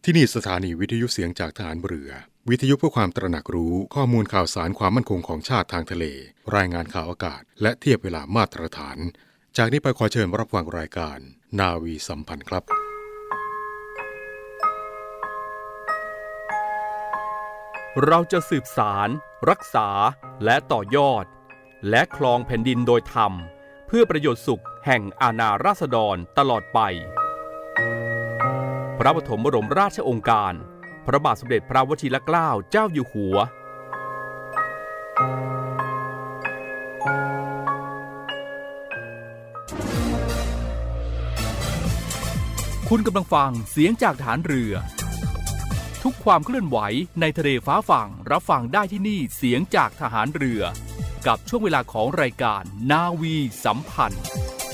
ที่นี่สถานีวิทยุเสียงจากทหารเรือวิทยุเพื่อความตระหนักรู้ข้อมูลข่าวสารความมั่นคงของชาติทางทะเลรายงานข่าวอากาศและเทียบเวลามาตรฐานจากนี้ไปขอเชิญรับฟังรายการนาวีสัมพันธ์ครับเราจะสืบสารรักษาและต่อยอดและครองแผ่นดินโดยธรรมเพื่อประโยชน์สุขแห่งอาณาราษฎรตลอดไปพระปฐมบรมราชโองการพระบาทสมเด็จพระวชิรเกล้าเจ้าอยู่หัวคุณกำลังฟังเสียงจากฐานเรือทุกความเคลื่อนไหวในทะเลฟ้าฝั่งรับฟังได้ที่นี่เสียงจากทหารเรือกับช่วงเวลาของรายการนาวีสัมพันธ์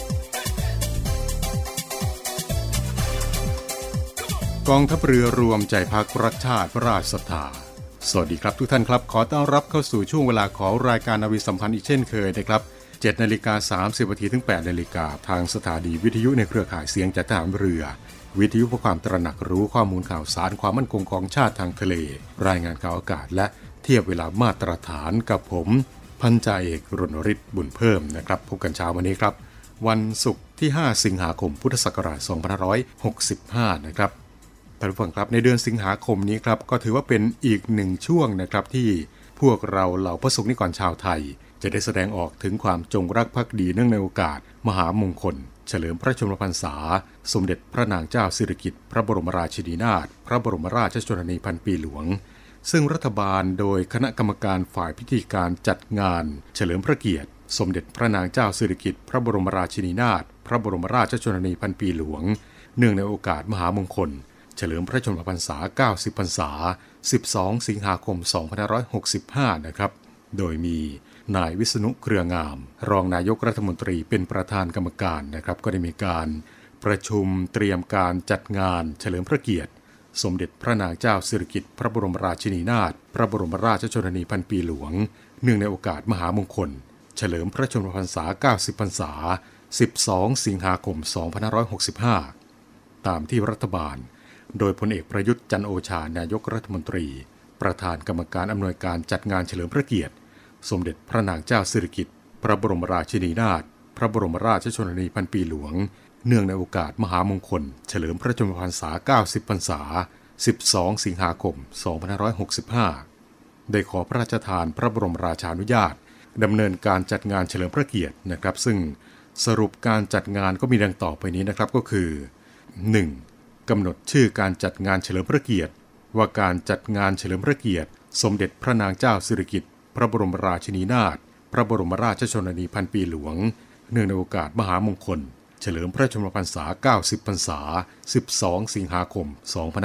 กองทัพเรือรวมใจพักรักชาติราชศรัทธาสวัสดีครับทุกท่านครับขอต้อนรับเข้าสู่ช่วงเวลาของรายการนาวีสัมพันธ์อีกเช่นเคยนะครับ 7:30 น.ถึง 8:00 น.ทางสถานีวิทยุในเครือข่ายเสียงจากทหารเรือวิทยุเพื่อความตระหนักรู้ข้อมูลข่าวสารความมั่นคงของชาติทางทะเลรายงานข่าวอากาศและเทียบเวลามาตรฐานกับผมพันจ่าเอกรณฤทธิ์บุญเพิ่มนะครับพบกันเช้าวันนี้ครับวันศุกร์ที่ 5 สิงหาคมพุทธศักราช 2565 นะครับท่านผู้ฟังครับในเดือนสิงหาคมนี้ครับก็ถือว่าเป็นอีกหนึ่งช่วงนะครับที่พวกเราเหล่าพระสงฆ์นิกรชาวไทยจะได้แสดงออกถึงความจงรักภักดีเนื่องในโอกาสมหามงคลเฉลิมพระชนมพรรษาสมเด็จพระนางเจ้าสิริกิติ์พระบรมราชินีนาถพระบรมราชชนนีพันปีหลวงซึ่งรัฐบาลโดยคณะกรรมการฝ่ายพิธีการจัดงานเฉลิมพระเกียรติสมเด็จพระนางเจ้าสิริกิติ์พระบรมราชินีนาถพระบรมราชชนนีพันปีหลวงเนื่องในโอกาสมหามงคลเฉลิมพระชนมพรรษา90พรรษา12สิงหาคม2565นะครับโดยมีนายวิษณุเครืองามรองนายกรัฐมนตรีเป็นประธานกรรมการนะครับก็ได้มีการประชุมเตรียมการจัดงานเฉลิมพระเกียรติสมเด็จพระนางเจ้าสิริกิติ์พระบรมราชินีนาถพระบรมราชชนนีพันปีหลวงเนื่องในโอกาสมหามงคลเฉลิมพระชนมพรรษา90พรรษา12สิงหาคม2565ตามที่รัฐบาลโดยพลเอกประยุทธ์จันทร์โอชานายกรัฐมนตรีประธานกรรมการอำนวยการจัดงานเฉลิมพระเกียรติสมเด็จพระนางเจ้าสิริกิติ์พระบรมราชินีนาถพระบรมราชชนนีพันปีหลวงเนื่องในโอกาสมหามงคลเฉลิมพระชนมพรรษา90พรรษา12สิงหาคม2565ได้ขอพระราชทานพระบรมราชานุญาตดำเนินการจัดงานเฉลิมพระเกียรตินะครับซึ่งสรุปการจัดงานก็มีดังต่อไปนี้นะครับก็คือ 1. กำหนดชื่อการจัดงานเฉลิมพระเกียรติว่าการจัดงานเฉลิมพระเกียรติสมเด็จพระนางเจ้าสิริกิติ์พระบรมราชินีนาถพระบรมราชชนนีพันปีหลวงเนื่องในโอกาสมหามงคลเฉลิมพระชนมพรรษา90พรรษา12สิงหาคม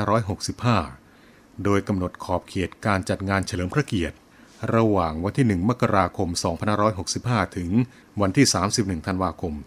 2565โดยกำหนดขอบเขตการจัดงานเฉลิมพระเกียรติระหว่างวันที่1มกราคม2565ถึงวันที่31ธันวาคม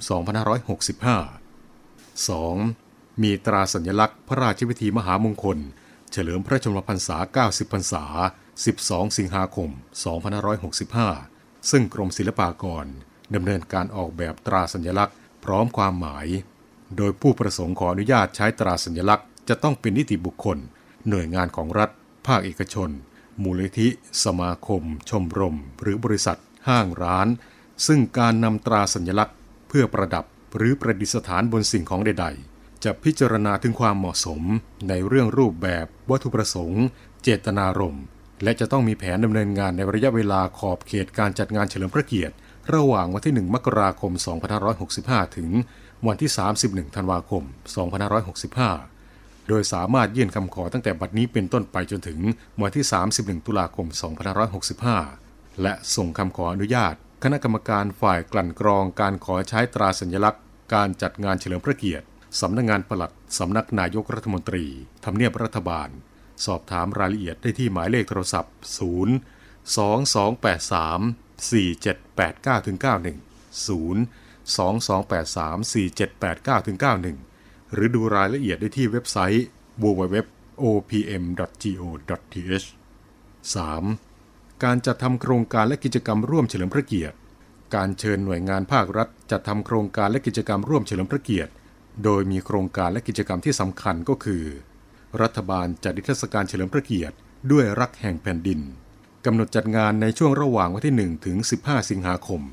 2565 2. มีตราสัญลักษณ์พระราชพิธีมหามงคลเฉลิมพระชนมพรรษา90พรรษา12สิงหาคม2565ซึ่งกรมศิลปากรดำเนินการออกแบบตราสัญลักษณ์พร้อมความหมายโดยผู้ประสงค์ขออนุญาตใช้ตราสัญลักษณ์จะต้องเป็นนิติบุคคลหน่วยงานของรัฐภาคเอกชนมูลนิธิสมาคมชมรมหรือบริษัทห้างร้านซึ่งการนำตราสัญลักษณ์เพื่อประดับหรือประดิษฐานบนสิ่งของใดๆจะพิจารณาถึงความเหมาะสมในเรื่องรูปแบบวัตถุประสงค์เจตนารมณ์และจะต้องมีแผนดำเนินงานในระยะเวลาขอบเขตการจัดงานเฉลิมพระเกียรติระหว่างวันที่1มกราคม2565ถึงวันที่31ธันวาคม2565โดยสามารถยื่นคำขอตั้งแต่บัดนี้เป็นต้นไปจนถึงวันที่31ตุลาคม2565และส่งคำขออนุญาตคณะกรรมการฝ่ายกลั่นกรองการขอใช้ตราสัญลักษณ์การจัดงานเฉลิมพระเกียรติสำนักงานปลัดสำนักนายกรัฐมนตรีทำเนียบรัฐบาลสอบถามรายละเอียดได้ที่หมายเลขโทรศัพท์022834789-91 หรือดูรายละเอียดได้ที่เว็บไซต์ www.opm.go.th 3. การจัดทำโครงการและกิจกรรมร่วมเฉลิมพระเกียรติการเชิญหน่วยงานภาครัฐจัดทำโครงการและกิจกรรมร่วมเฉลิมพระเกียรติโดยมีโครงการและกิจกรรมที่สำคัญก็คือรัฐบาลจัดนิทรรศการเฉลิมพระเกียรติด้วยรักแห่งแผ่นดินกำหนดจัดงานในช่วงระหว่างวันที่1ถึง15สิงหาคม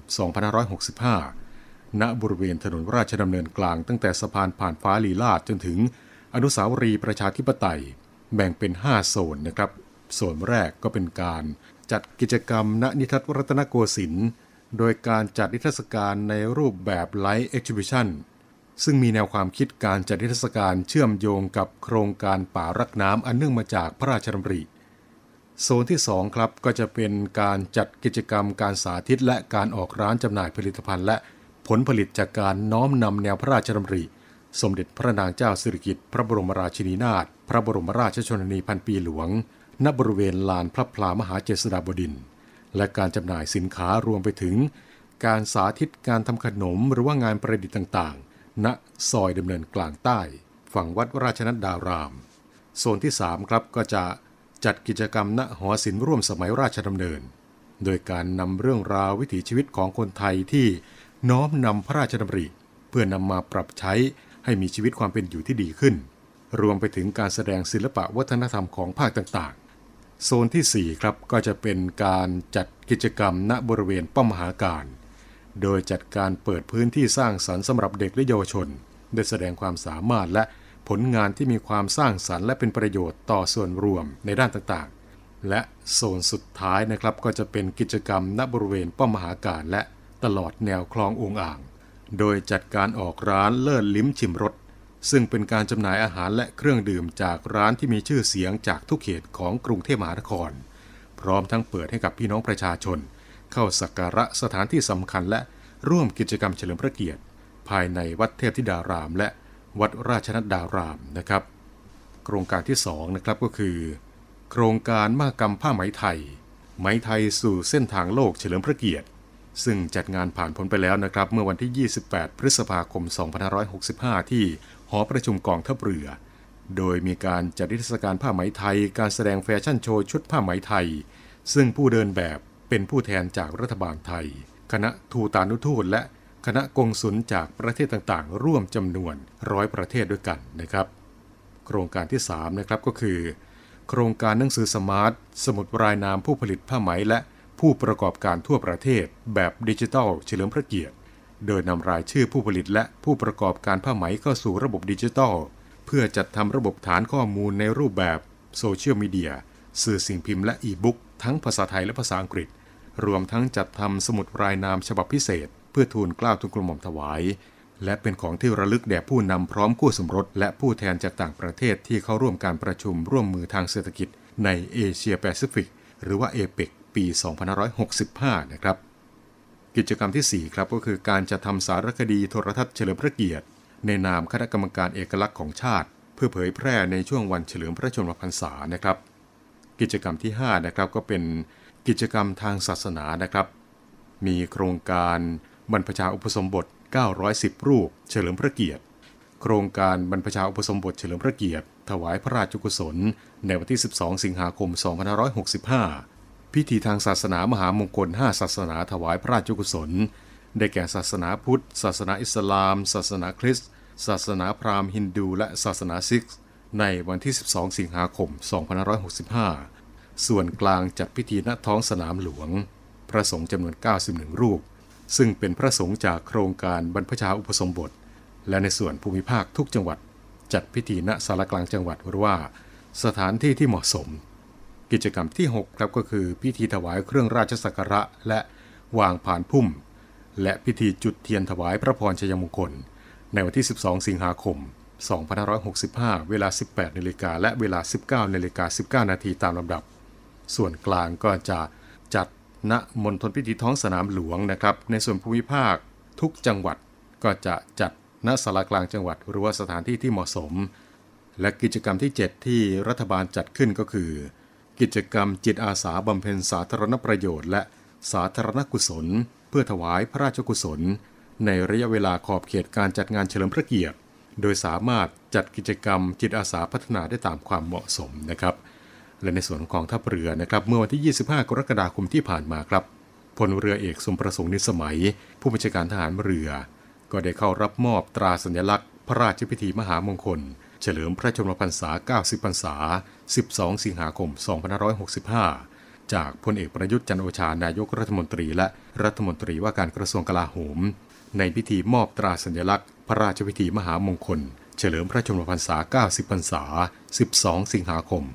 2565ณบริเวณถนนราชดำเนินกลางตั้งแต่สะพานผ่านฟ้าลีลาศจนถึงอนุสาวรีย์ประชาธิปไตยแบ่งเป็น5โซนนะครับโซนแรกก็เป็นการจัดกิจกรรมณนิทรรศรัตนโกสินทร์โดยการจัดนิทรรศการในรูปแบบไลฟ์เอ็กซิบิชันซึ่งมีแนวความคิดการจัดนิทรรศการเชื่อมโยงกับโครงการป่ารักน้ำอันเนื่องมาจากพระราชดำริโซนที่2ครับก็จะเป็นการจัดกิจกรรมการสาธิตและการออกร้านจำหน่ายผลิตภัณฑ์และผลผลิตจากการน้อมนำแนวพระราชดำริสมเด็จพระนางเจ้าสิริกิติ์พระบรมราชินีนาถพระบรมราชชนนีพันปีหลวงณบริเวณลานพระพลามหาเจษฎาบดินทร์และการจำหน่ายสินค้ารวมไปถึงการสาธิตการทำขนมหรือว่างานประดิษฐ์ต่างๆณซอยดำเนินกลางใต้ฝั่งวัดราชนัดดารามโซนที่3ครับก็จะจัดกิจกรรมณหอศิลป์ร่วมสมัยราชดำเนินโดยการนำเรื่องราววิถีชีวิตของคนไทยที่น้อมนำพระราชดำริเพื่อนำมาปรับใช้ให้มีชีวิตความเป็นอยู่ที่ดีขึ้นรวมไปถึงการแสดงศิลปะวัฒนธรรมของภาคต่างๆโซนที่4ครับก็จะเป็นการจัดกิจกรรมณบริเวณป้อมมหาการโดยจัดการเปิดพื้นที่สร้างสรรค์สำหรับเด็กและเยาวชนได้แสดงความสามารถและผลงานที่มีความสร้างสรรค์และเป็นประโยชน์ต่อส่วนรวมในด้านต่างๆและโซนสุดท้ายนะครับก็จะเป็นกิจกรรมณบริเวณป้อมมหาการและตลอดแนวคลององอ่างโดยจัดการออกร้านเลิศลิ้มชิมรสซึ่งเป็นการจำหน่ายอาหารและเครื่องดื่มจากร้านที่มีชื่อเสียงจากทุกเขตของกรุงเทพมหานครพร้อมทั้งเปิดให้กับพี่น้องประชาชนเข้าสักการะสถานที่สำคัญและร่วมกิจกรรมเฉลิมพระเกียรติภายในวัดเทพธิดารามและวัดราชนัดดารามนะครับโครงการที่2นะครับก็คือโครงการมหกรรมผ้าไหมไทยไหมไทยสู่เส้นทางโลกเฉลิมพระเกียรติซึ่งจัดงานผ่านพ้นไปแล้วนะครับเมื่อวันที่28พฤษภาคม2565ที่หอประชุมกองทัพเรือโดยมีการจัดนิทรรศการผ้าไหมไทยการแสดงแฟชั่นโชว์ชุดผ้าไหมไทยซึ่งผู้เดินแบบเป็นผู้แทนจากรัฐบาลไทยคณะทูตานุทูตและคณะกงสุลจากประเทศต่างๆร่วมจำนวน100ประเทศด้วยกันนะครับโครงการที่3นะครับก็คือโครงการหนังสือสมาร์ทสมุดรายนามผู้ผลิตผ้าไหมและผู้ประกอบการทั่วประเทศแบบดิจิทัลเฉลิมพระเกียรติโดยนำรายชื่อผู้ผลิตและผู้ประกอบการผ้าไหมเข้าสู่ระบบดิจิทัลเพื่อจัดทำระบบฐานข้อมูลในรูปแบบโซเชียลมีเดียสื่อสิ่งพิมพ์และอีบุ๊กทั้งภาษาไทยและภาษาอังกฤษรวมทั้งจัดทำสมุดรายนามฉบับพิเศษเพื่อทูลเกล้าทูลกระหม่อมถวายและเป็นของที่ระลึกแด่ผู้นำพร้อมคู่สมรสและผู้แทนจากต่างประเทศที่เข้าร่วมการประชุมร่วมมือทางเศรษฐกิจในเอเชียแปซิฟิกหรือว่าเอเปกปี2565นะครับกิจกรรมที่4ครับก็คือการจัดทำสารคดีโทรทัศน์เฉลิมพระเกียรติในนามคณะกรรมการเอกลักษณ์ของชาติเพื่อเผยแพร่ในช่วงวันเฉลิมพระชนมพรรษานะครับกิจกรรมที่5นะครับก็เป็นกิจกรรมทางศาสนานะครับมีโครงการบรรพชาอุปสมบท910รูปเฉลิมพระเกียรติโครงการบรรพชาอุปสมบทเฉลิมพระเกียรติถวายพระราชกุศลในวันที่12สิงหาคม2565พิธีทางศาสนามหามงคล5ศาสนาถวายพระราชกุศลได้แก่ศาสนาพุทธศาสนาอิสลามศาสนาคริสต์ศาสนาพราหมณ์ฮินดูและศาสนาซิกซ์ในวันที่12สิงหาคม2565ส่วนกลางจัดพิธีณท้องสนามหลวงพระสงฆ์จำนวน91รูปซึ่งเป็นพระสงฆ์จากโครงการบรรพชาอุปสมบทและในส่วนภูมิภาคทุกจังหวัดจัดพิธีณศาลากลางจังหวัดหรือว่าสถานที่ที่เหมาะสมกิจกรรมที่6ครับก็คือพิธีถวายเครื่องราชสักการะและวางผ่านพุ่มและพิธีจุดเทียนถวายพระพรชัยมงคลในวันที่12สิงหาคม2565เวลา 18:00 นและเวลา 19:19 นตามลำดับส่วนกลางก็จะจัดณมณฑลพิธีท้องสนามหลวงนะครับในส่วนภูมิภาคทุกจังหวัดก็จะจัดณศาลากลางจังหวัดหรือว่าสถานที่ที่เหมาะสมและกิจกรรมที่7ที่รัฐบาลจัดขึ้นก็คือกิจกรรมจิตอาสาบำเพ็ญสาธารณประโยชน์และสาธารณกุศลเพื่อถวายพระราชกุศลในระยะเวลาขอบเขตการจัดงานเฉลิมพระเกียรติโดยสามารถจัดกิจกรรมจิตอาสาพัฒนาได้ตามความเหมาะสมนะครับและในส่วนของกองทัพเรือนะครับเมื่อวันที่25กรกฎาคมที่ผ่านมาครับพลเรือเอกสมประสงค์นิสมัยผู้บัญชาการทหารเรือก็ได้เข้ารับมอบตราสัญลักษณ์พระราชพิธีมหามงคลเฉลิมพระชนมพรรษา90พรรษา12สิงหาคม2565จากพลเอกประยุทธ์จันทร์โอชานายกรัฐมนตรีและรัฐมนตรีว่าการกระทรวงกลาโหมในพิธีมอบตราสัญลักษณ์พระราชพิธีมหามงคลเฉลิมพระชนมพรรษา90พรรษา12สิงหาคม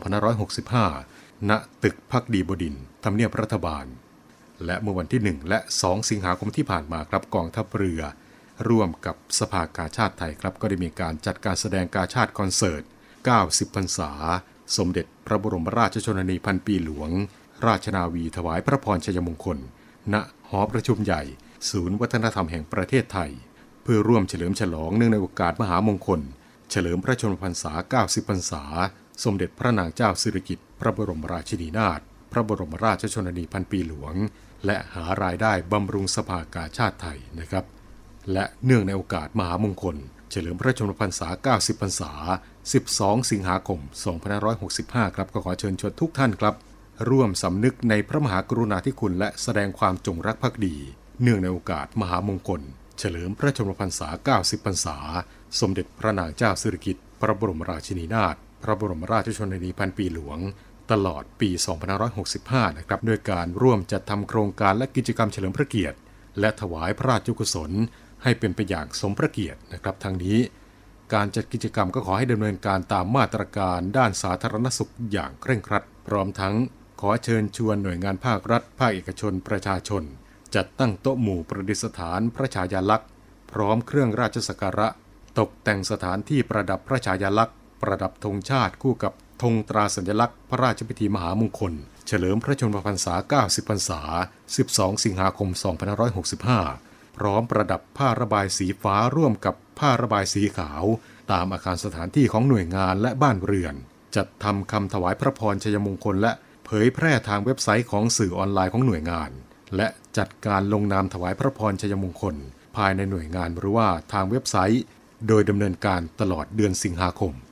2565ณตึกภักดีบดินทร์ทำเนียบรัฐบาลและเมื่อวันที่1และ2สิงหาคมที่ผ่านมาครับกองทัพเรือร่วมกับสภากาชาดไทยครับก็ได้มีการจัดการแสดงกาชาดคอนเสิร์ต90พรรษาสมเด็จพระบรมราชชนนีพันปีหลวงราชนาวีถวายพระพรชัยมงคลณหอประชุมใหญ่ศูนย์วัฒนธรรมแห่งประเทศไทยเพื่อร่วมเฉลิมฉลองเนื่องในโอกาสมหามงคลเฉลิมพระชนมพรรษา90พรรษาสมเด็จพระนางเจ้าสิริกิติ์พระบรมราชินีนาถพระบรมราชชนนีพันปีหลวงและหารายได้บำรุงสภากาชาดไทยนะครับและเนื่องในโอกาสมหามงคลเฉลิมพระชนมพรรษา90พรรษา12สิงหาคม2565ครับก็ขอเชิญชวนทุกท่านครับร่วมสำนึกในพระมหากรุณาธิคุณและแสดงความจงรักภักดีเนื่องในโอกาสมหามงคลเฉลิมพระชนมพรรษา90พรรษาสมเด็จพระนางเจ้าสิริกิติ์พระบรมราชินีนาถพระบรมราชชนนีพันปีหลวงตลอดปี2565นะครับด้วยการร่วมจัดทำโครงการและกิจกรรมเฉลิมพระเกียรติและถวายพระราชกุศลให้เป็นไปอย่างสมพระเกียรตินะครับทั้งนี้การจัดกิจกรรมก็ขอให้ดำเนินการตามมาตรการด้านสาธารณสุขอย่างเคร่งครัดพร้อมทั้งขอเชิญชวนหน่วยงานภาครัฐภาคเอกชนประชาชนจัดตั้งโต๊ะหมู่ประดิษฐานพระฉายาลักษณ์พร้อมเครื่องราชสักการะตกแต่งสถานที่ประดับพระฉายาลักษณ์ประดับธงชาติคู่กับธงตราสัญลักษณ์พระราชพิธีมหามงคลเฉลิมพระชนมพรรษา90พรรษา12สิงหาคม2565พร้อมประดับผ้าระบายสีฟ้าร่วมกับผ้าระบายสีขาวตามอาคารสถานที่ของหน่วยงานและบ้านเรือนจัดทำคำถวายพระพรชัยมงคลและเผยแพร่ทางเว็บไซต์ของสื่อออนไลน์ของหน่วยงานและจัดการลงนามถวายพระพรชัยมงคลภายในหน่วยงานหรือว่าทางเว็บไซต์โดยดำเนินการตลอดเดือนสิงหาคม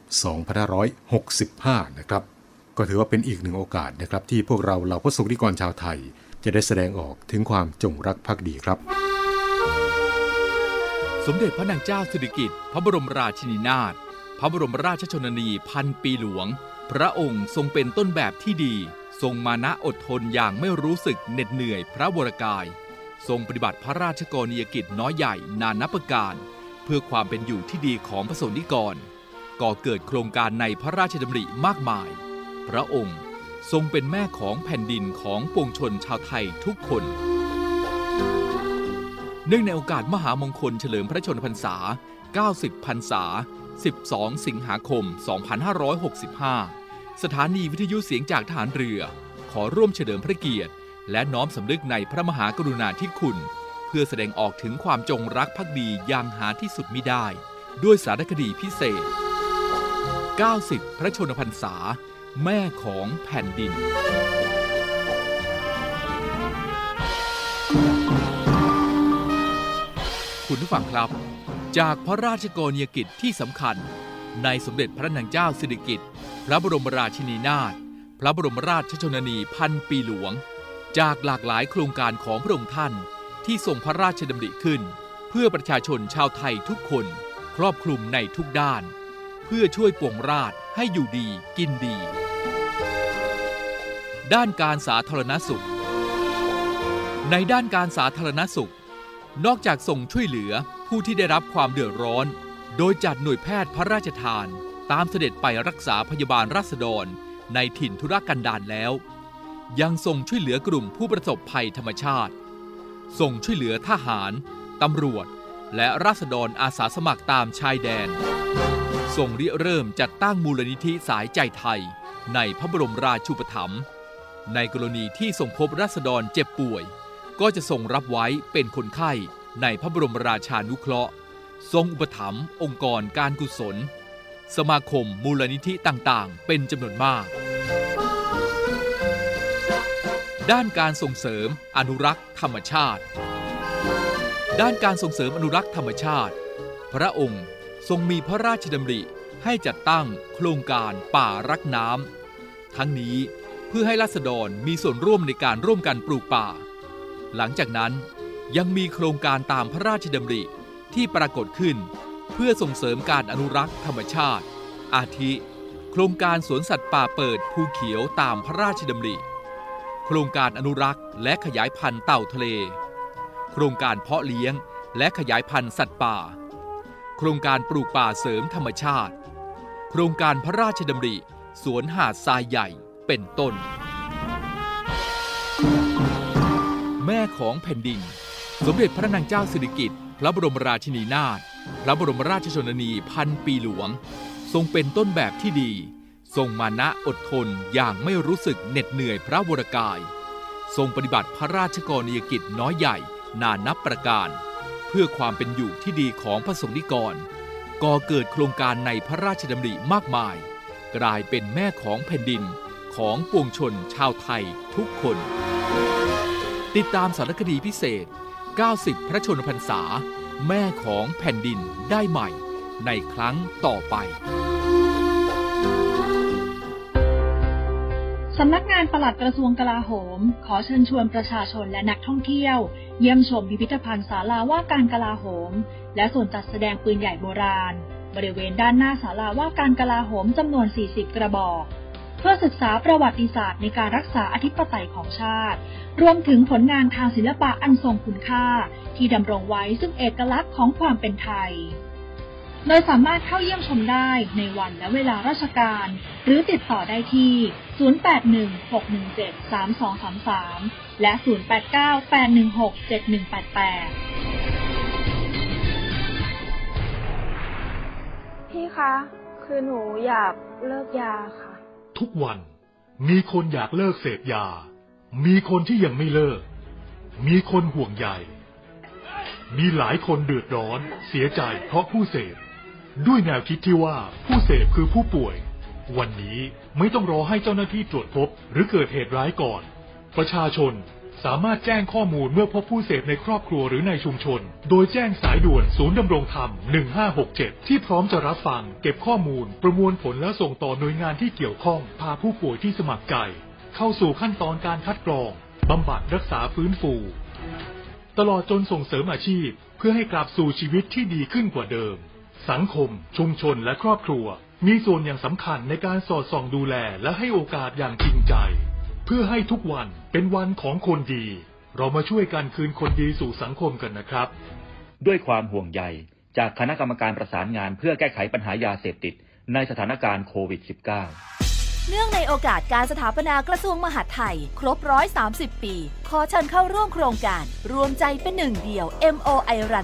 2565นะครับก็ถือว่าเป็นอีกหนึ่งโอกาสนะครับที่พวกเราเหล่าประสบนิกรชาวไทยจะได้แสดงออกถึงความจงรักภักดีครับสมเด็จพระนางเจ้าสิริกิติ์พระบรมราชินีนาถพระบรมราชชนนีพันปีหลวงพระองค์ทรงเป็นต้นแบบที่ดีทรงมานะอดทนอย่างไม่รู้สึกเหน็ดเหนื่อยพระวรกายทรงปฏิบัติพระราชกรณียกิจน้อยใหญ่นานับประการเพื่อความเป็นอยู่ที่ดีของประสบนิกรก่อเกิดโครงการในพระราชดำริมากมายพระองค์ทรงเป็นแม่ของแผ่นดินของปวงชนชาวไทยทุกคนเนื่องในโอกาสมหามงคลเฉลิมพระชนมพรรษา90พรรษา12สิงหาคม2565สถานีวิทยุเสียงจากทหารเรือขอร่วมเฉลิมพระเกียรติและน้อมสำนึกในพระมหากรุณาธิคุณเพื่อแสดงออกถึงความจงรักภักดีอย่างหาที่สุดมิได้ด้วยสารคดีพิเศษ90พระชนมพรรษาแม่ของแผ่นดินคุณผู้ฟังครับจากพระราชกรณียกิจที่สำคัญในสมเด็จพระนางเจ้าสิริกิติ์พระบรมราชินีนาถพระบรมราชชนนีพันปีหลวงจากหลากหลายโครงการของพระองค์ท่านที่ทรงพระราชดำริขึ้นเพื่อประชาชนชาวไทยทุกคนครอบคลุมในทุกด้านเพื่อช่วยปวงราษฎร์ให้อยู่ดีกินดีด้านการสาธารณสุขในด้านการสาธารณสุขนอกจากส่งช่วยเหลือผู้ที่ได้รับความเดือดร้อนโดยจัดหน่วยแพทย์พระราชทานตามเสด็จไปรักษาพยาบาลราษฎรในถิ่นทุรกันดารแล้วยังส่งช่วยเหลือกลุ่มผู้ประสบภัยธรรมชาติส่งช่วยเหลือทหารตำรวจและราษฎรอาสาสมัครตามชายแดนส่งริเริ่มจัดตั้งมูลนิธิสายใจไทยในพระบรมราชูปถัมภ์ในกรณีที่ทรงพบราษฎรเจ็บป่วยก็จะทรงรับไว้เป็นคนไข้ในพระบรมราชานุเคราะห์ทรงอุปถัมภ์องค์กรการกุศลสมาคมมูลนิธิต่างๆเป็นจำนวนมากด้านการส่งเสริมอนุรักษ์ธรรมชาติด้านการส่งเสริมอนุรักษ์ธรรมชาติพระองค์ทรงมีพระราชดำริให้จัดตั้งโครงการป่ารักน้ำทั้งนี้เพื่อให้ราษฎรมีส่วนร่วมในการร่วมกันปลูกป่าหลังจากนั้นยังมีโครงการตามพระราชดำริที่ปรากฏขึ้นเพื่อส่งเสริมการอนุรักษ์ธรรมชาติอาทิโครงการสวนสัตว์ป่าเปิดภูเขียวตามพระราชดำริโครงการอนุรักษ์และขยายพันธุ์เต่าทะเลโครงการเพาะเลี้ยงและขยายพันธุ์สัตว์ป่าโครงการปลูกป่าเสริมธรรมชาติโครงการพระราชดำริสวนหาดทรายใหญ่เป็นต้นแม่ของแผ่นดินสมเด็จพระนางเจ้าสิริกิติ์พระบรมราชินีนาถพระบรมราชชนนีพันปีหลวงทรงเป็นต้นแบบที่ดีทรงมานะอดทนอย่างไม่รู้สึกเหน็ดเหนื่อยพระวรกายทรงปฏิบัติพระราชกรณียกิจน้อยใหญ่นานับประการเพื่อความเป็นอยู่ที่ดีของพระสงฆ์นิกรก่อเกิดโครงการในพระราชดำริมากมายกลายเป็นแม่ของแผ่นดินของปวงชนชาวไทยทุกคนติดตามสารคดีพิเศษ90พระชนมพรรษาแม่ของแผ่นดินได้ใหม่ในครั้งต่อไปสำนักงานปลัดกระทรวงกลาโหมขอเชิญชวนประชาชนและนักท่องเที่ยวเยี่ยมชมพิพิธภัณฑ์ศาลาว่าการกลาโหมและส่วนจัดแสดงปืนใหญ่โบราณบริเวณด้านหน้าศาลาว่าการกลาโหมจำนวน40กระบอกเพื่อศึกษาประวัติศาสตร์ในการรักษาอธิปไตยของชาติรวมถึงผลงานทางศิลปะอันทรงคุณค่าที่ดำรงไว้ซึ่งเอกลักษณ์ของความเป็นไทยโดยสามารถเข้าเยี่ยมชมได้ในวันและเวลาราชการหรือติดต่อได้ที่0816173233และ0898167188 พี่คะคือหนูอยากเลิกยาค่ะทุกวันมีคนอยากเลิกเสพยามีคนที่ยังไม่เลิกมีคนห่วงใยมีหลายคนเดือดร้อนเสียใจเพราะผู้เสพด้วยแนวคิดที่ว่าผู้เสพคือผู้ป่วยวันนี้ไม่ต้องรอให้เจ้าหน้าที่ตรวจพบหรือเกิดเหตุร้ายก่อนประชาชนสามารถแจ้งข้อมูลเมื่อพบผู้เสพในครอบครัวหรือในชุมชนโดยแจ้งสายด่วนศูนย์ดำรงธรรม1567ที่พร้อมจะรับฟังเก็บข้อมูลประมวลผลและส่งต่อหน่วยงานที่เกี่ยวข้องพาผู้ป่วยที่สมัครใจเข้าสู่ขั้นตอนการคัดกรองบำบัดรักษาฟื้นฟูตลอดจนส่งเสริมอาชีพเพื่อให้กลับสู่ชีวิตที่ดีขึ้นกว่าเดิมสังคมชุมชนและครอบครัวมีส่วนอย่างสำคัญในการสอดส่องดูแลและให้โอกาสอย่างจริงใจเพื่อให้ทุกวันเป็นวันของคนดีเรามาช่วยกันคืนคนดีสู่สังคมกันนะครับด้วยความห่วงใยจากคณะกรรมการประสานงานเพื่อแก้ไขปัญหายาเสพติดในสถานการณ์โควิด -19 เนื่องในโอกาสการสถาปนากระทรวงมหาดไทยครบ130 ปีขอเชิญเข้าร่วมโครงการรวมใจเป็นหนึ่งเดียว MOI Run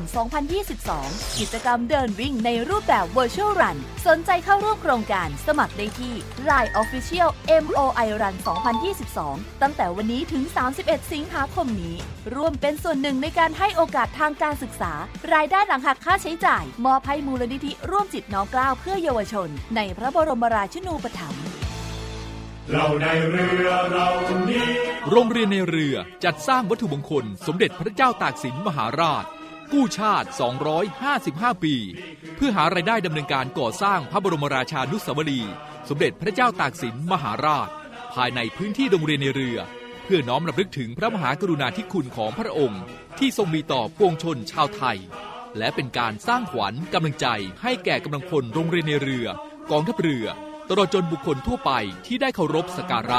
2022 กิจกรรมเดินวิ่งในรูปแบบ Virtual Run สนใจเข้าร่วมโครงการสมัครได้ที่ LINE Official MOI Run 2022 ตั้งแต่วันนี้ถึง 31 สิงหาคมนี้ร่วมเป็นส่วนหนึ่งในการให้โอกาสทางการศึกษารายได้หลังหักค่าใช้จ่ายมอบให้มูลนิธิร่วมจิตน้อมเกล้าเพื่อเยาวชนในพระบรมราชินูปถัมภ์เราในเรือเรานี้โรงเรียนในเรือจัดสร้างวัตถุมงคลสมเด็จพระเจ้าตากสินมหาราชกู้ชาติ255ปีเพื่อหารายได้ดำเนินการก่อสร้างพระบรมราชานุสาวรีย์สมเด็จพระเจ้าตากสินมหาราชภายในพื้นที่โรงเรียนในเรือเพื่อน้อมรำลึกถึงพระมหากรุณาธิคุณของพระองค์ที่ทรงมีต่อปวงชนชาวไทยและเป็นการสร้างขวัญกำลังใจให้แก่กำลังพลโรงเรียนในเรือกองทัพเรือตลอดจนบุคคลทั่วไปที่ได้เคารพสักการะ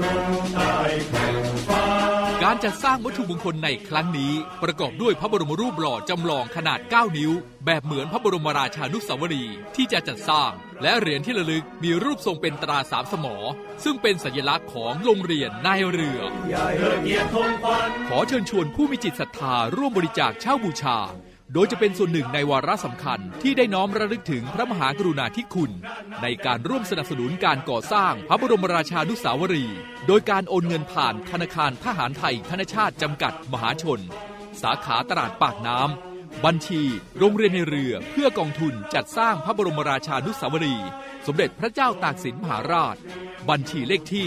การจัดสร้างวัตถุมงคลในครั้งนี้ประกอบด้วยพระบรมรูปหล่อจำลองขนาด9นิ้วแบบเหมือนพระบรมราชานุสาวรีย์ที่จะจัดสร้างและเหรียญที่ระลึกมีรูปทรงเป็นตราสามสมอซึ่งเป็นสัญลักษณ์ของโรงเรียนนายเรือขอเชิญชวนผู้มีจิตศรัทธาร่วมบริจาคเช่าบูชาโดยจะเป็นส่วนหนึ่งในวาระสำคัญที่ได้น้อมระลึกถึงพระมหากรุณาธิคุณในการร่วมสนับสนุนการก่อสร้างพระบรมราชานุสาวรีย์โดยการโอนเงินผ่านธนาคารทหารไทยธนชาติจำกัดมหาชนสาขาตลาดปากน้ำบัญชีโรงเรียนในเรือเพื่อกองทุนจัดสร้างพระบรมราชานุสาวรีย์สมเด็จพระเจ้าตากสินมหาราชบัญชีเลขที่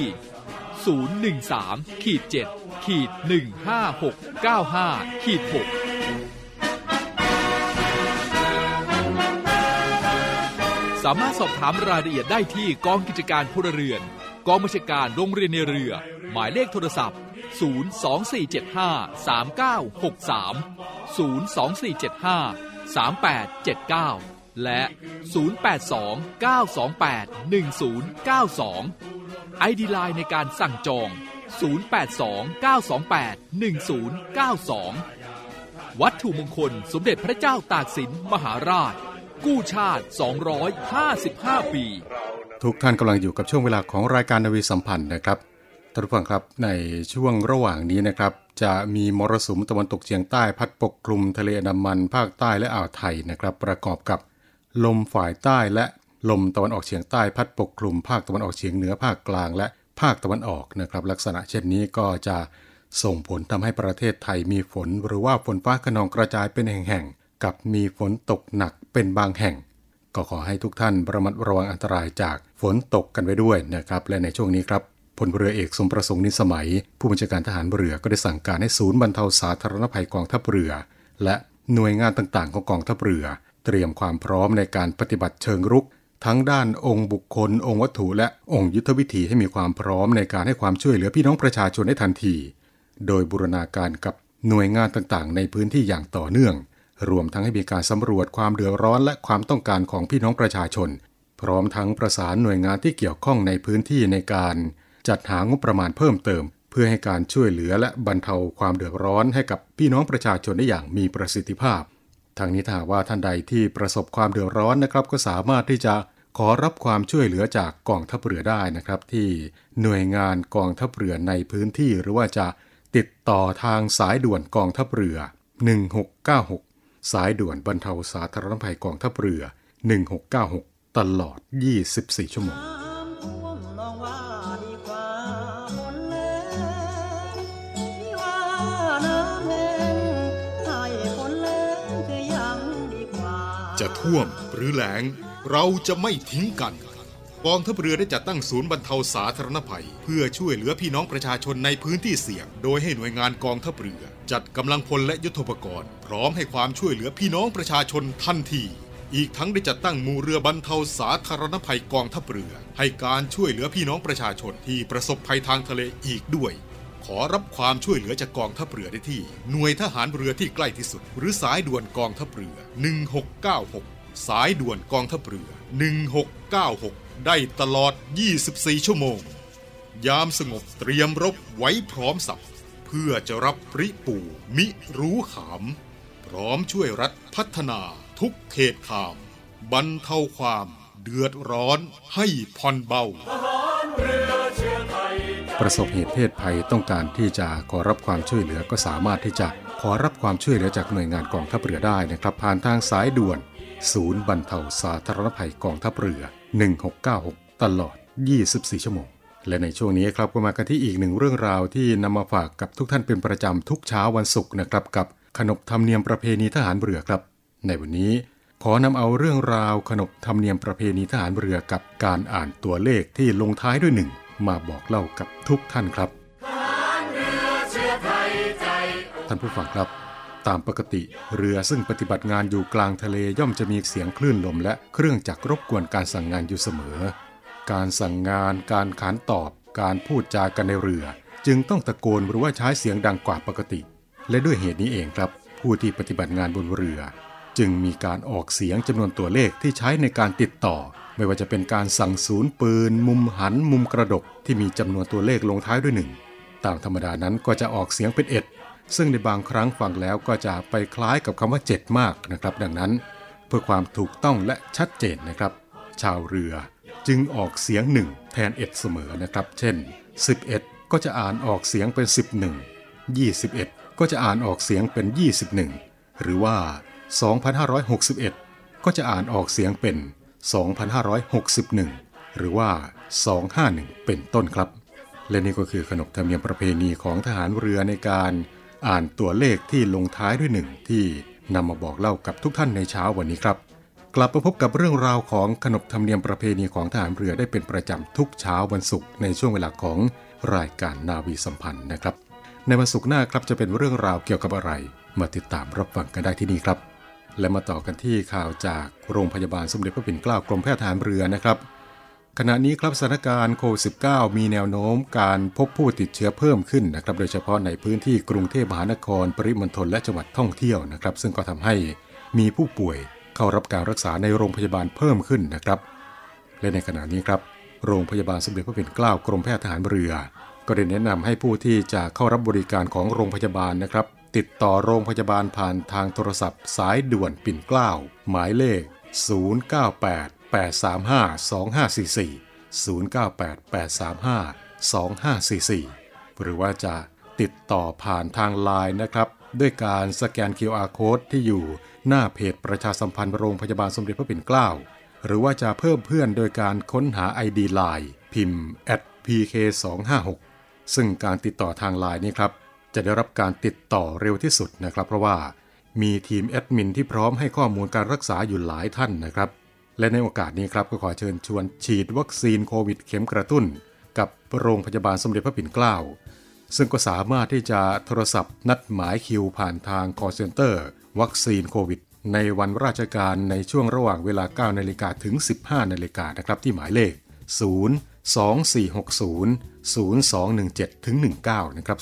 013-7-15695-6สามารถสอบถามรายละเอียดได้ที่กองกิจการพลเรือนกองบัญชาการโรงเรียนในเรือหมายเลขโทรศัพท์024753963 024753879 และ 082-928-1092 ID Line ในการสั่งจอง 082-928-1092 วัตถุมงคลสมเด็จพระเจ้าตากสินมหาราชกู้ชาติ255 ปีทุกท่านกำลังอยู่กับช่วงเวลาของรายการนาวีสัมพันธ์นะครับท่านผู้ฟังครับในช่วงระหว่างนี้นะครับจะมีมรสุมตะวันตกเฉียงใต้พัดปกคลุมทะเลอันดามันภาคใต้และอ่าวไทยนะครับประกอบกับลมฝ่ายใต้และลมตะวันออกเฉียงใต้พัดปกคลุมภาคตะวันออกเฉียงเหนือภาคกลางและภาคตะวันออกนะครับลักษณะเช่นนี้ก็จะส่งผลทำให้ประเทศไทยมีฝนหรือว่าฝนฟ้าคะนองกระจายเป็นแห่งๆกับมีฝนตกหนักเป็นบางแห่งก็ขอให้ทุกท่านระมัดระวังอันตรายจากฝนตกกันไว้ด้วยนะครับและในช่วงนี้ครับพลเรือเอกสมประสงค์นินสมัยผู้บัญชาการทหารเรือก็ได้สั่งการให้ศูนย์บรรเทาสาธารณภัยกองทัพเรือและหน่วยงานต่างๆของกองทัพเรือเตรียมความพร้อมในการปฏิบัติเชิงรุกทั้งด้านองค์บุคคลองค์วัตถุและองค์ยุทธวิธีให้มีความพร้อมในการให้ความช่วยเหลือพี่น้องประชาชนได้ทันทีโดยบูรณาการกับหน่วยงานต่างๆในพื้นที่อย่างต่อเนื่องรวมทั้งให้มีการสำรวจความเดือดร้อนและความต้องการของพี่น้องประชาชนพร้อมทั้งประสานหน่วยงานที่เกี่ยวข้องในพื้นที่ในการจัดหางบประมาณเพิ่มเติมเพื่อให้การช่วยเหลือและบรรเทาความเดือดร้อนให้กับพี่น้องประชาชนได้อย่างมีประสิทธิภาพทางนี้ถ้าว่าท่านใดที่ประสบความเดือดร้อนนะครับก็สามารถที่จะขอรับความช่วยเหลือจากกองทัพเรือได้นะครับที่หน่วยงานกองทัพเรือในพื้นที่หรือว่าจะติดต่อทางสายด่วนกองทัพเรือ1696สายด่วนบรรเทาสาธารณภัยกองทัพเรือ1696ตลอด24ชั่วโมงจะท่วมหรือแล้งเราจะไม่ทิ้งกันกองทัพเรือได้จัดตั้งศูนย์บรรเทาสาธารณภัยเพื่อช่วยเหลือพี่น้องประชาชนในพื้นที่เสี่ยงโดยให้หน่วยงานกองทัพเรือจัดกำลังพลและยุทโธปกรณ์พร้อมให้ความช่วยเหลือพี่น้องประชาชนทันทีอีกทั้งได้จัดตั้งหมู่เรือบรรเทาสาธารณภัยกองทัพเรือให้การช่วยเหลือพี่น้องประชาชนที่ประสบภัยทางทะเลอีกด้วยขอรับความช่วยเหลือจากกองทัพเรือได้ที่หน่วยทหารเรือที่ใกล้ที่สุดหรือสายด่วนกองทัพเรือ1696สายด่วนกองทัพเรือ1696ได้ตลอด24ชั่วโมงยามสงบเตรียมรบไว้พร้อมสับเพื่อจะรับปริปู่มิรู้ขามพร้อมช่วยรัฐพัฒนาทุกเขตขามบรรเทาความเดือดร้อนให้ผ่อนเบาประสบเหตุเพศภัยต้องการที่จะขอรับความช่วยเหลือก็สามารถที่จะขอรับความช่วยเหลือจากหน่วยงานกองทัพเรือได้นะครับผ่านทางสายด่วนศูนย์บรรเทาสาธารณภัยกองทัพเรือ1696ตลอด24ชั่วโมงและในช่วงนี้ครับก็มากันที่อีกหนึ่งเรื่องราวที่นำมาฝากกับทุกท่านเป็นประจำทุกเช้าวันศุกร์นะครับกับขนบธรรมเนียมประเพณีทหารเรือครับในวันนี้ขอนำเอาเรื่องราวขนบธรรมเนียมประเพณีทหารเรือกับการอ่านตัวเลขที่ลงท้ายด้วย1มาบอกเล่ากับทุกท่านครับท่านผู้ฟังครับตามปกติเรือซึ่งปฏิบัติงานอยู่กลางทะเลย่อมจะมีเสียงคลื่นลมและเครื่องจักรรบกวนการสั่งงานอยู่เสมอการสั่งงานการขานตอบการพูดจากันในเรือจึงต้องตะโกนหรือว่าใช้เสียงดังกว่าปกติและด้วยเหตุนี้เองครับผู้ที่ปฏิบัติงานบนเรือจึงมีการออกเสียงจำนวนตัวเลขที่ใช้ในการติดต่อไม่ว่าจะเป็นการสั่งศูนย์ปืนมุมหันมุมกระดกที่มีจำนวนตัวเลขลงท้ายด้วย1ตามธรรมดานั้นก็จะออกเสียงเป็นซึ่งในบางครั้งฟังแล้วก็จะไปคล้ายกับคำว่า7มากนะครับดังนั้นเพื่อความถูกต้องและชัดเจนนะครับชาวเรือจึงออกเสียง1แทนเสมอนะครับเช่น11ก็จะอ่านออกเสียงเป็น11 21ก็จะอ่านออกเสียงเป็น21หรือว่า2561ก็จะอ่านออกเสียงเป็น2561หรือว่า251เป็นต้นครับและนี่ก็คือขนบธรรมเนียมประเพณีของทหารเรือในการอ่านตัวเลขที่ลงท้ายด้วย1ที่นำมาบอกเล่ากับทุกท่านในเช้าวันนี้ครับกลับมาพบกับเรื่องราวของขนบธรรมเนียมประเพณีของทหารเรือได้เป็นประจำทุกเช้าวันศุกร์ในช่วงเวลาของรายการนาวีสัมพันธ์นะครับในวันศุกร์หน้าครับจะเป็นเรื่องราวเกี่ยวกับอะไรมาติดตามรับฟังกันได้ที่นี่ครับและมาต่อกันที่ข่าวจากโรงพยาบาลสมเด็จพระปิ่นเกล้ากรมแพทย์ทหารเรือนะครับขณะนี้ครับสถานการณ์โควิด -19 มีแนวโน้มการพบผู้ติดเชื้อเพิ่มขึ้นนะครับโดยเฉพาะในพื้นที่กรุงเทพมหานครปริมณฑลและจังหวัดท่องเที่ยวนะครับซึ่งก็ทำให้มีผู้ป่วยเข้ารับการรักษาในโรงพยาบาลเพิ่มขึ้นนะครับและในขณะนี้ครับโรงพยาบาลสมเด็จพระปิ่นเกล้ากรมแพทย์ทหารเรือก็ได้แนะนำให้ผู้ที่จะเข้ารับบริการของโรงพยาบาลนะครับติดต่อโรงพยาบาลผ่านทางโทรศัพท์สายด่วนปิ่นเกล้าหมายเลข0988352544 หรือว่าจะติดต่อผ่านทาง LINE นะครับด้วยการสแกน QR Code ที่อยู่หน้าเพจประชาสัมพันธ์โรงพยาบาลสมเด็จพระปิ่นเกล้าหรือว่าจะเพิ่มเพื่อนโดยการค้นหา ID LINE พิมพ์ @pk256 ซึ่งการติดต่อทาง LINE นี้ครับจะได้รับการติดต่อเร็วที่สุดนะครับเพราะว่ามีทีมแอดมินที่พร้อมให้ข้อมูลการรักษาอยู่หลายท่านนะครับและในโอกาสนี้ครับก็ขอเชิญชวนฉีดวัคซีนโควิดเข็มกระตุ้นกับโรงพยาบาลสมเด็จพระปิ่นเกล้าซึ่งก็สามารถที่จะโทรศัพท์นัดหมายคิวผ่านทาง call center วัคซีนโควิดในวันราชการในช่วงระหว่างเวลา 9 นาฬิกาถึง 15 นาฬิกานะครับที่หมายเลข 02460 0217 19 นะครับ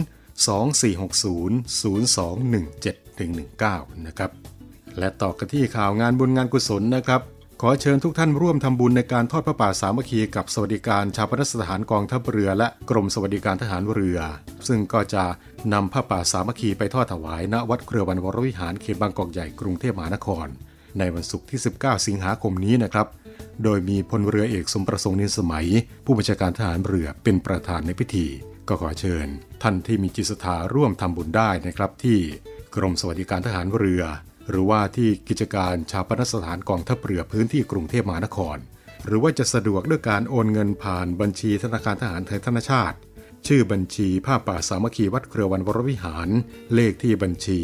02460 0217 นะครับและต่อกันที่ข่าวงานบุญงานกุศลนะครับขอเชิญทุกท่านร่วมทำบุญในการทอดพระป่าสามัคคีกับสวัสดิการชาปนสถานกองทัพเรือและกรมสวัสดิการทหารเรือซึ่งก็จะนำพระป่าสามัคคีไปทอดถวายณวัดเครือวันวรวิหารเขตบางกอกใหญ่กรุงเทพมหานครในวันศุกร์ที่ 19 สิงหาคมนี้นะครับโดยมีพลเรือเอกสมประสงค์นินสมัยผู้บัญชาการทหารเรือเป็นประธานในพิธีก็ขอเชิญท่านที่มีจิตศรัทธาร่วมทำบุญได้นะครับที่กรมสวัสดิการทหารเรือหรือว่าที่กิจการชาปนสถานกองทัพเรือพื้นที่กรุงเทพมหานครหรือว่าจะสะดวกด้วยการโอนเงินผ่านบัญชีธนาคารทหารไทยธนชาติชื่อบัญชีผ้าป่าสามัคคีวัดเครือวันวรวิหารเลขที่บัญชี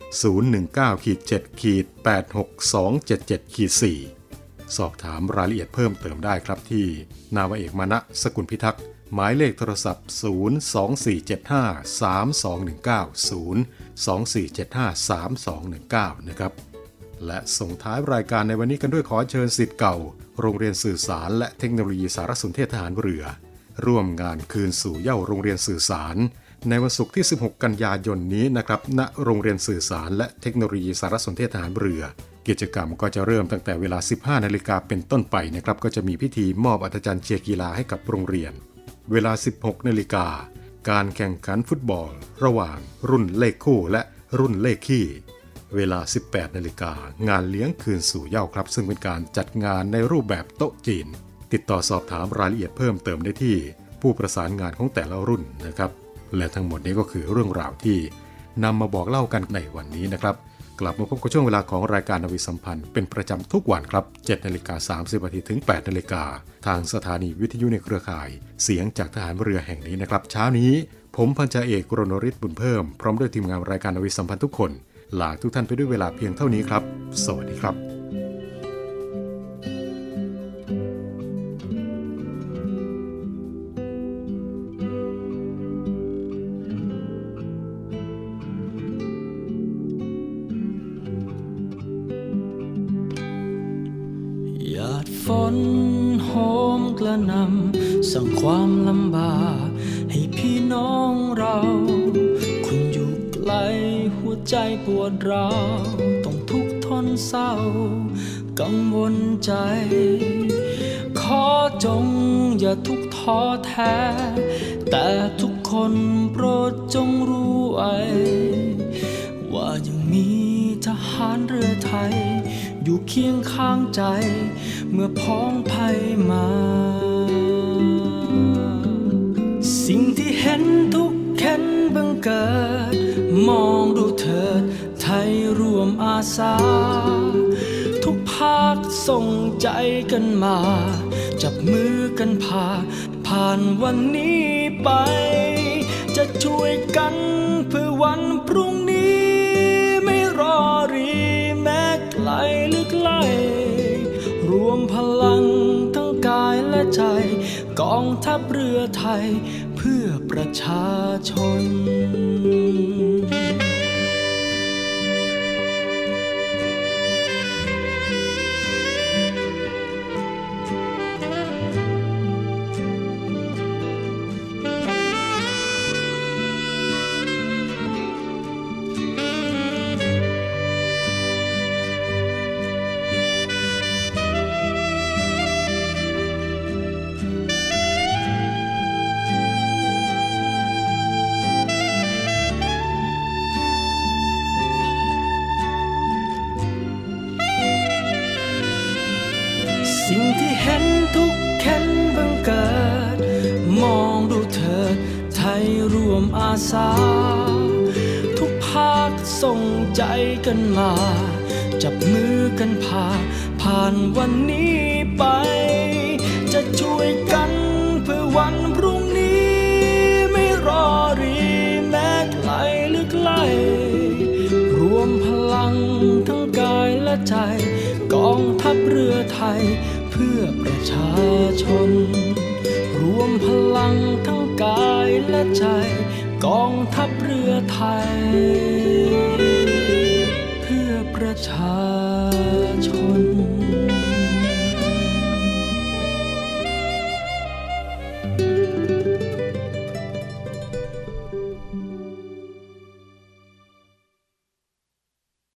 019-7-86277-4 สอบถามรายละเอียดเพิ่มเติมได้ครับที่นาวาเอกมานะสกุลพิทักษ์หมายเลขโทรศัพท์ 024753219 นะครับและส่งท้ายรายการในวันนี้กันด้วยขอเชิญศิษย์เก่าโรงเรียนสื่อสารและเทคโนโลยีสารสนเทศทหารเรือร่วมงานคืนสู่เหย้าโรงเรียนสื่อสารในวันศุกร์ที่ 16 กันยายนนี้นะครับณโรงเรียนสื่อสารและเทคโนโลยีสารสนเทศทหารเรือกิจกรรมก็จะเริ่มตั้งแต่เวลา 15 นาฬิกาเป็นต้นไปนะครับก็จะมีพิธีมอบอัฐจันทร์เชียร์กีฬาให้กับโรงเรียนเวลา 16 นาฬิกาการแข่งขันฟุตบอลระหว่างรุ่นเลขคู่และรุ่นเลขคี่เวลา 18 นาฬิกางานเลี้ยงคืนสู่เหย้าครับซึ่งเป็นการจัดงานในรูปแบบโต๊ะจีนติดต่อสอบถามรายละเอียดเพิ่มเติมได้ที่ผู้ประสานงานของแต่ละรุ่นนะครับและทั้งหมดนี้ก็คือเรื่องราวที่นำมาบอกเล่ากันในวันนี้นะครับกลับมาพบกับช่วงเวลาของรายการนาวีสัมพันธ์เป็นประจำทุกวันครับ 7:30 น.ถึง 8:00 น.ทางสถานีวิทยุในเครือข่ายเสียงจากทหารเรือแห่งนี้นะครับเช้านี้ผมพันจ่าเอกรณฤทธิ์บุญเพิ่มพร้อมด้วยทีมงานรายการนาวีสัมพันธ์ทุกคนลาทุกท่านไปด้วยเวลาเพียงเท่านี้ครับสวัสดีครับฝนโหมกระหน่ำสั่งความลำบากให้พี่น้องเราคุณอยู่ไกลหัวใจปวดร้าวต้องทุกข์ทนเศร้ากังวลใจขอจงอย่าทุกข์ท้อแท้แต่ทุกคนโปรดจงรู้ไว้ว่ายังมีทหารเรือไทยอยู่เคียงข้างใจเมื่อพ้องภัยมาสิ่งที่เห็นทุกเข็นบังเกิดมองดูเถิดไทยร่วมอาสาทุกภาคส่งใจกันมาจับมือกันผ่านวันนี้ไปจะช่วยกันเพื่อวันพรุ่งนี้ไม่รอรีแม้ไกลหรือไกลรวมพลังทั้งกายและใจกองทัพเรือไทยเพื่อประชาชนยร่วมอาสาทุกภาคส่งใจกันมาจับมือกันผ่านวันนี้ไปจะช่วยกันเพื่อวันพรุ่งนี้ไม่รอรีแม้ไกลหรือใกล้รวมพลังทั้งกายและใจกองทัพเรือไทยเพื่อประชาชนรวมพลังทั้งกายและใจกองทัพเรือไทยเพื่อประชาชน